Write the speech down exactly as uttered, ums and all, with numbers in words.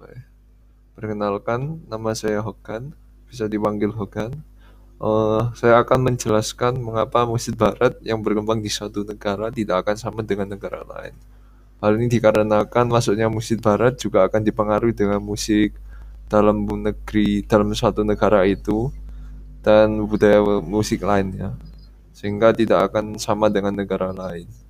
Oke. Perkenalkan, nama saya Hogan, bisa dipanggil Hogan. Eh, saya akan menjelaskan mengapa musik barat yang berkembang di suatu negara tidak akan sama dengan negara lain. Hal ini dikarenakan masuknya musik barat juga akan dipengaruhi dengan musik dalam negeri, dalam suatu negara itu, dan budaya musik lainnya, sehingga tidak akan sama dengan negara lain.